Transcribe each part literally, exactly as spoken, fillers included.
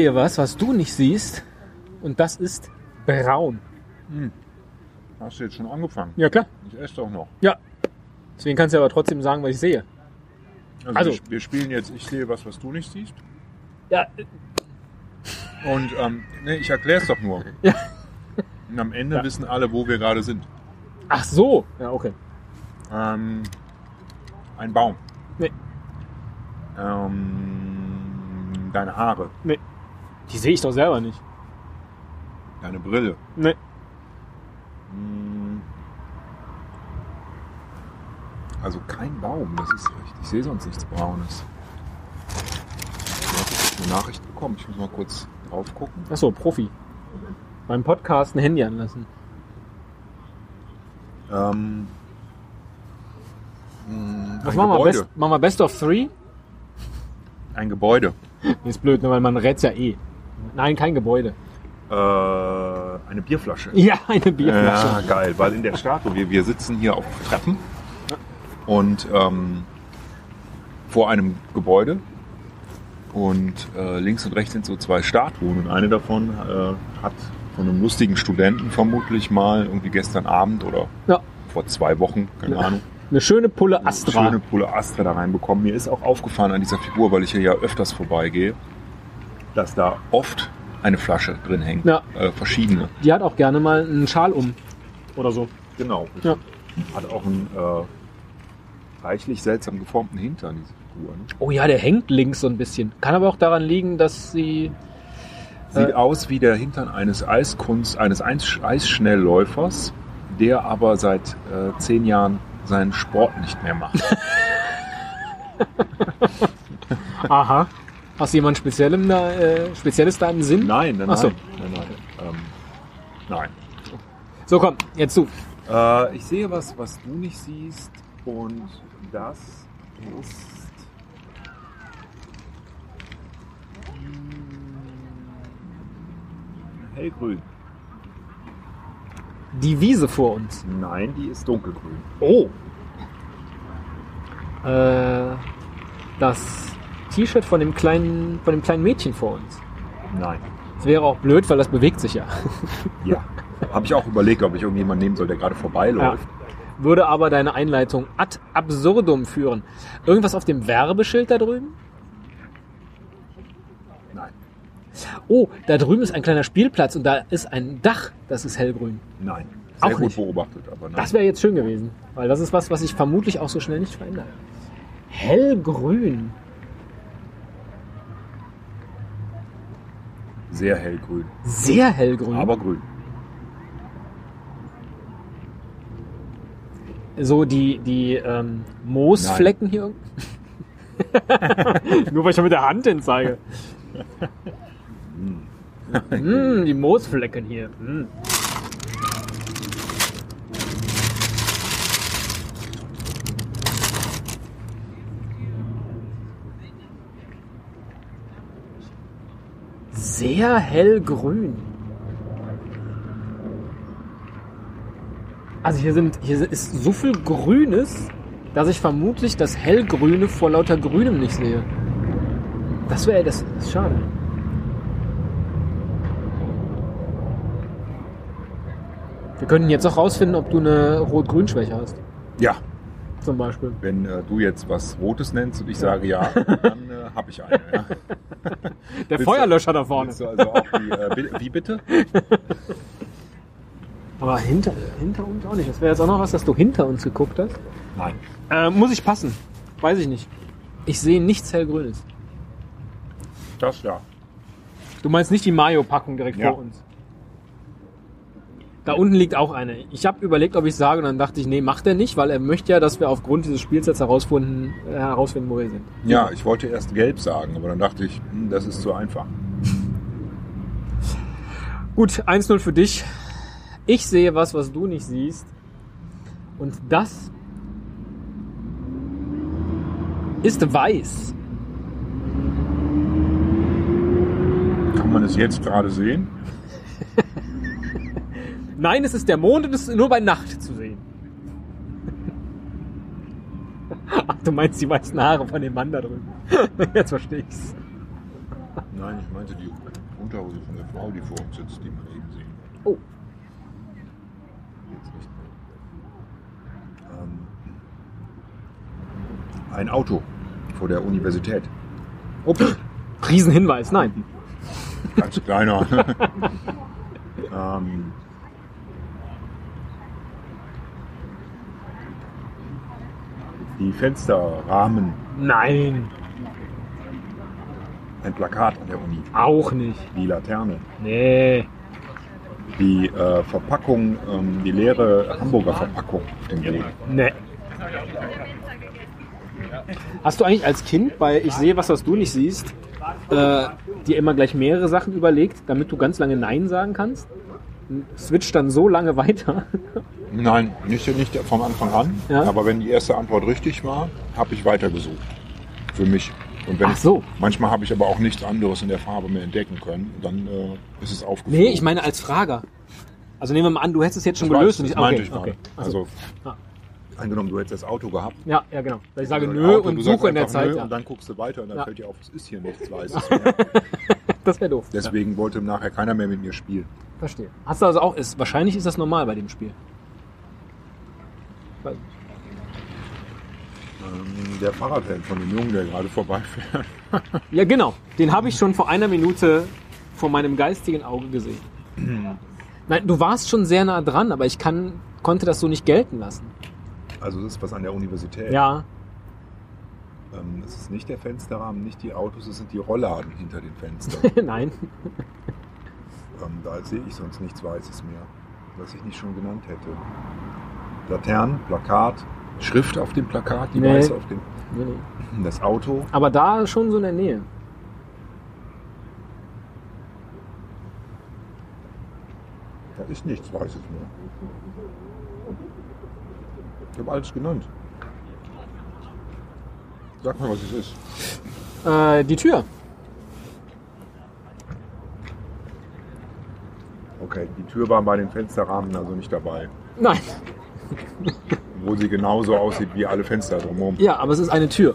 sehe was, was du nicht siehst. Und das ist braun. Hm. Hast du jetzt schon angefangen? Ja, klar. Ich esse doch noch. Ja. Deswegen kannst du aber trotzdem sagen, was ich sehe. Also, Also. Wir, wir spielen jetzt, ich sehe was, was du nicht siehst. Ja. Und ähm, nee, ich erkläre es doch nur. Ja. Und am Ende Ja. wissen alle, wo wir gerade sind. Ach so. Ja, okay. Ähm, ein Baum. Nee. Ähm, deine Haare. Nee. Die sehe ich doch selber nicht. Deine Brille. Nee. Hm. Also kein Baum, das ist recht. Ich sehe sonst nichts Braunes. Ich habe eine Nachricht bekommen. Ich muss mal kurz drauf gucken. Ach so, Profi. Beim Podcast ein Handy anlassen. Ähm, mh, Was ein machen wir? Gebäude. Best, machen wir Best of Three? Ein Gebäude. Ist blöd, ne, weil man rät ja eh. Nein, kein Gebäude. Äh, eine Bierflasche. Ja, eine Bierflasche. Ja, geil, weil in der Statue, wir, wir sitzen hier auf Treppen und ähm, vor einem Gebäude und äh, links und rechts sind so zwei Statuen und eine davon äh, hat von einem lustigen Studenten vermutlich mal irgendwie gestern Abend oder Ja. vor zwei Wochen, keine Ja. Ahnung, Eine schöne Pulle Astra. schöne Pulle Astra da reinbekommen. Mir ist auch aufgefallen an dieser Figur, weil ich hier ja öfters vorbeigehe, dass da oft eine Flasche drin hängt. Ja. Äh, verschiedene. Die hat auch gerne mal einen Schal um. Oder so. Genau. Ja. Hat auch einen äh, reichlich seltsam geformten Hintern, diese Figur. Ne? Oh ja, der hängt links so ein bisschen. Kann aber auch daran liegen, dass sie... Sieht Äh. aus wie der Hintern eines Eiskunst, eines Eis- Eisschnellläufers, der aber seit äh, zehn Jahren seinen Sport nicht mehr macht. Aha. Hast du jemand Speziellem da, äh, Spezielles da im Sinn? Nein, nein, Ach so. nein. Nein, nein. Ähm, nein. So, komm, jetzt du. Äh, ich sehe was, was du nicht siehst, und das ist hellgrün. Die Wiese vor uns. Nein, die ist dunkelgrün. Oh. Äh, das T-Shirt von dem kleinen, von dem kleinen Mädchen vor uns. Nein. Das wäre auch blöd, weil das bewegt sich ja. Ja. Habe ich auch überlegt, ob ich irgendjemanden nehmen soll, der gerade vorbeiläuft. Würde aber deine Einleitung ad absurdum führen. Irgendwas auf dem Werbeschild da drüben? Nein. Oh, da drüben ist ein kleiner Spielplatz und da ist ein Dach, das ist hellgrün. Nein. Sehr Auch gut nicht. beobachtet, aber nein. Das wäre jetzt schön gewesen, weil das ist was, was ich vermutlich auch so schnell nicht verändere. Hellgrün. Sehr hellgrün. Sehr hellgrün. Aber grün. So die, die ähm, Moosflecken hier. Nur weil ich schon mit der Hand hin zeige. mm, die Moosflecken hier. Mm. Sehr hellgrün. Also hier sind hier ist so viel Grünes, dass ich vermutlich das Hellgrüne vor lauter Grünem nicht sehe. Das wäre das, das ist schade. Wir könnten jetzt auch rausfinden, ob du eine Rot-Grün-Schwäche hast. Ja. Zum Beispiel. Wenn äh, du jetzt was Rotes nennst und ich sage ja, dann äh, habe ich eine. Ja. Der Willst Feuerlöscher da vorne. Willst du also auch die, äh, bi- wie bitte? Aber hinter, hinter uns auch nicht. Das wäre jetzt auch noch was, dass du hinter uns geguckt hast. Nein. Äh, muss ich passen? Weiß ich nicht. Ich sehe nichts Hellgrünes. Das ja. Du meinst nicht die Mayo-Packung direkt Ja. vor uns? Da unten liegt auch eine. Ich habe überlegt, ob ich sage, und dann dachte ich, nee, macht er nicht, weil er möchte ja, dass wir aufgrund dieses Spiels jetzt herausfinden, äh, herausfinden wo wir sind. Ja, ich wollte erst gelb sagen, aber dann dachte ich, hm, das ist zu einfach. Gut, eins null für dich. Ich sehe was, was du nicht siehst. Und das ist weiß. Kann man es jetzt gerade sehen? Nein, es ist der Mond und es ist nur bei Nacht zu sehen. Ach, du meinst die weißen Haare von dem Mann da drüben. Jetzt verstehe ich's. Nein, ich meinte die Unterhose von der Frau, die vor uns sitzt, die man eben sehen. Oh. Jetzt nicht mehr. Ähm, ein Auto vor der Universität. Oh. Riesenhinweis, nein. Ganz kleiner. ähm, die Fensterrahmen. Nein. Ein Plakat an der Uni. Auch nicht. Die Laterne. Nee. Die äh, Verpackung, ähm, die leere Hamburger Verpackung auf dem Boden. Nee. Hast du eigentlich als Kind bei Ich sehe was, was du nicht siehst, äh, dir immer gleich mehrere Sachen überlegt, damit du ganz lange Nein sagen kannst? Switch dann so lange weiter? Nein, nicht, nicht vom Anfang an. Ja? Aber wenn die erste Antwort richtig war, habe ich weitergesucht. Für mich. Und wenn Ach so. ich, manchmal habe ich aber auch nichts anderes in der Farbe mehr entdecken können. Dann äh, ist es aufgeflogen. Nee, ich meine als Frager. Also nehmen wir mal an, du hättest es jetzt schon Das gelöst. weiß- und das ich, meinte okay, ich okay. gerade. Also, Ah. angenommen, du hättest das Auto gehabt. Ja, ja, genau. Weil ich sage Oder nö Auto, und du sagst suche in der einfach Zeit. nö Ja. Und dann guckst du weiter und dann Ja. fällt dir auf, es ist hier nichts Weißes mehr. Das wäre doof. Deswegen wollte nachher keiner mehr mit mir spielen. Ja, verstehe. Hast du also auch, ist, wahrscheinlich ist das normal bei dem Spiel. Weiß nicht. Ähm, der Fahrradhelm von dem Jungen, der gerade vorbeifährt. Ja, genau. Den habe ich schon vor einer Minute vor meinem geistigen Auge gesehen. Nein, du warst schon sehr nah dran, aber ich kann, konnte das so nicht gelten lassen. Also das ist was an der Universität. Ja. Ähm, es ist nicht der Fensterrahmen, nicht die Autos, es sind die Rollladen hinter den Fenstern. Nein. ähm, da sehe ich sonst nichts Weißes mehr, was ich nicht schon genannt hätte. Laternen, Plakat, Schrift auf dem Plakat, die Nee. weiße auf dem... Nee, nee. Das Auto. Aber da schon so in der Nähe. Da ist nichts Weißes mehr. Ich habe alles genannt. Sag mal, was es ist. Äh, die Tür. Okay, die Tür war bei den Fensterrahmen also nicht dabei. Nein. Wo sie genauso aussieht wie alle Fenster drumherum. Ja, aber es ist eine Tür.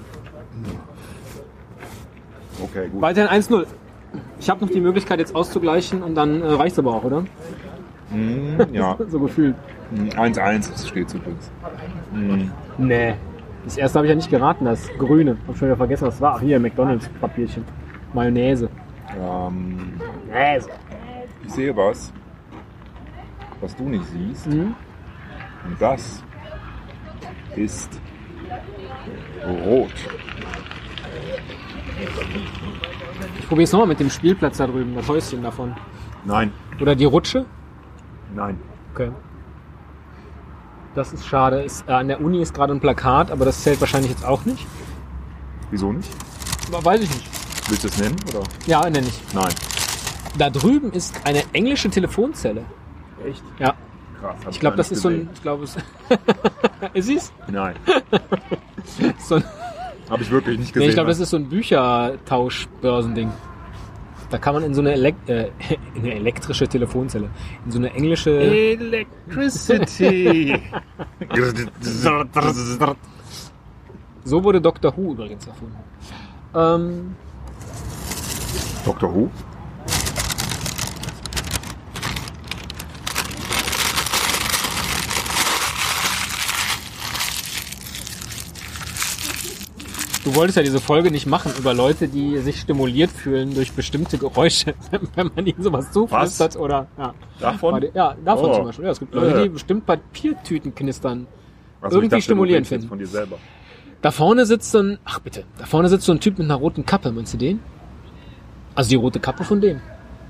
Okay, gut. Weiterhin eins null. Ich habe noch die Möglichkeit jetzt auszugleichen und dann äh, reicht's aber auch, oder? Mm, ja, So gefühlt. eins eins steht übrigens. Mm. Nee. Das erste habe ich ja nicht geraten, das Grüne. Hab schon wieder vergessen, was es war. Ach, hier, McDonalds-Papierchen. Mayonnaise. Ähm, Mayonnaise. ich sehe was, was du nicht siehst. Mhm. Und das ist rot. Ich probiere es nochmal mit dem Spielplatz da drüben, das Häuschen davon. Nein, Oder die Rutsche. nein. Okay. Das ist schade. Ist, äh, an der Uni ist gerade ein Plakat, aber das zählt wahrscheinlich jetzt auch nicht. Wieso nicht? Aber weiß ich nicht. Willst du es nennen? Oder? Ja, nenne ich. Nein. Da drüben ist eine englische Telefonzelle. Echt? Ja. Krass. hab Ich glaube, gar das nicht ist so ein. gesehen. Ich glaube, es. Ist es? Nein, So ein, habe ich wirklich nicht nee, gesehen. ich glaube, das ist so ein Büchertauschbörsending. Da kann man in so eine, Elek äh, in eine elektrische Telefonzelle, in so eine englische. Electricity. So wurde Doctor Who übrigens erfunden. Ähm, Doctor Who? du wolltest ja diese Folge nicht machen über Leute, die sich stimuliert fühlen durch bestimmte Geräusche, wenn man ihnen sowas zuflüstert oder ja. Davon? Ja, davon Oh. zum Beispiel. Ja, es gibt Leute, Äh. die bestimmt Papiertüten knistern. Also Irgendwie stimulierend finden. finden. Von dir selber. Da vorne sitzt so ein, ach bitte, da vorne sitzt so ein Typ mit einer roten Kappe, meinst du den? Also die rote Kappe von dem.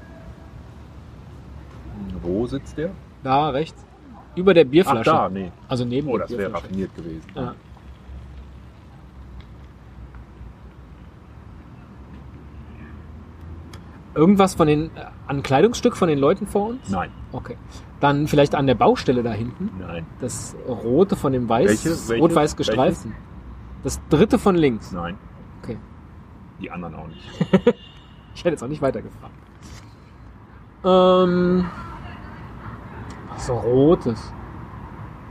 Wo sitzt der? Da rechts. Über der Ach, Bierflasche. da, nee. Also neben Oh, der das wäre Bierflasche. raffiniert gewesen. Ja. Irgendwas von den, äh, an Kleidungsstück von den Leuten vor uns? Nein, Okay. Dann vielleicht an der Baustelle da hinten. nein, Das rote von dem weiß, Welche? Welche? rot-weiß gestreiften. Das dritte von links. nein. Okay. Die anderen auch nicht. Ich hätte jetzt auch nicht weitergefragt. Ähm, was so rotes.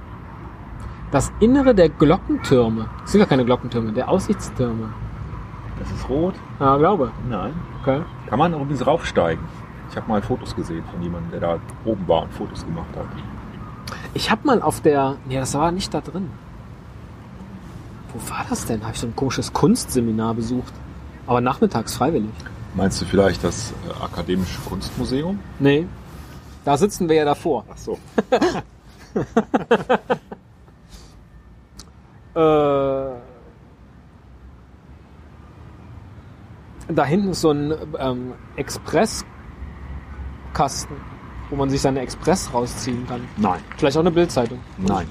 Das Innere der Glockentürme. Das sind gar keine Glockentürme, der Aussichtstürme. Das ist rot? Ja, glaube. Nein. Okay. Kann man übrigens raufsteigen. Ich habe mal Fotos gesehen von jemandem, der da oben war und Fotos gemacht hat. Ich habe mal auf der... Nee, das war nicht da drin. Wo war das denn? Habe ich so ein komisches Kunstseminar besucht. Aber nachmittags freiwillig. Meinst du vielleicht das äh, Akademische Kunstmuseum? Nee. Da sitzen wir ja davor. Ach so. Äh, da hinten ist so ein ähm, Expresskasten, wo man sich seine Express rausziehen kann. Nein. Vielleicht auch eine Bildzeitung. Nein.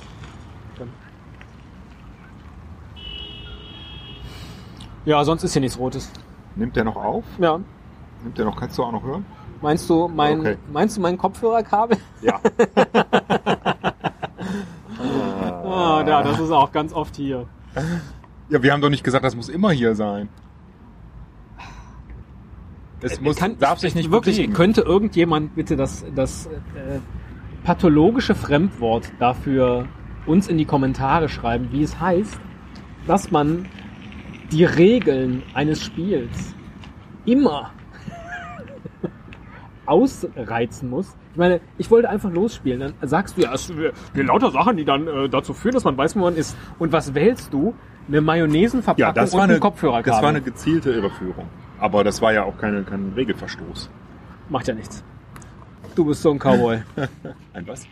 Ja, sonst ist hier nichts Rotes. Nimmt der noch auf? Ja. Nimmt der noch? Kannst du auch noch hören? Meinst du mein, Okay. meinst du mein Kopfhörerkabel? Ja. Ah, ja, das ist auch ganz oft hier. Ja, wir haben doch nicht gesagt, das muss immer hier sein. Es muss, Kann, darf sich nicht wirklich, bewegen. könnte irgendjemand bitte das, das äh, pathologische Fremdwort dafür uns in die Kommentare schreiben, wie es heißt, dass man die Regeln eines Spiels immer ausreizen muss. Ich meine, ich wollte einfach losspielen. Dann sagst du ja, es sind lauter Sachen, die dann äh, dazu führen, dass man weiß, wo man ist. Und was wählst du? Eine Mayonnaisenverpackung Ja, das und war ein eine, Kopfhörerkabel. das war eine gezielte Irreführung. Aber das war ja auch keine, kein Regelverstoß. Macht ja nichts. Du bist so ein Cowboy. Ein was?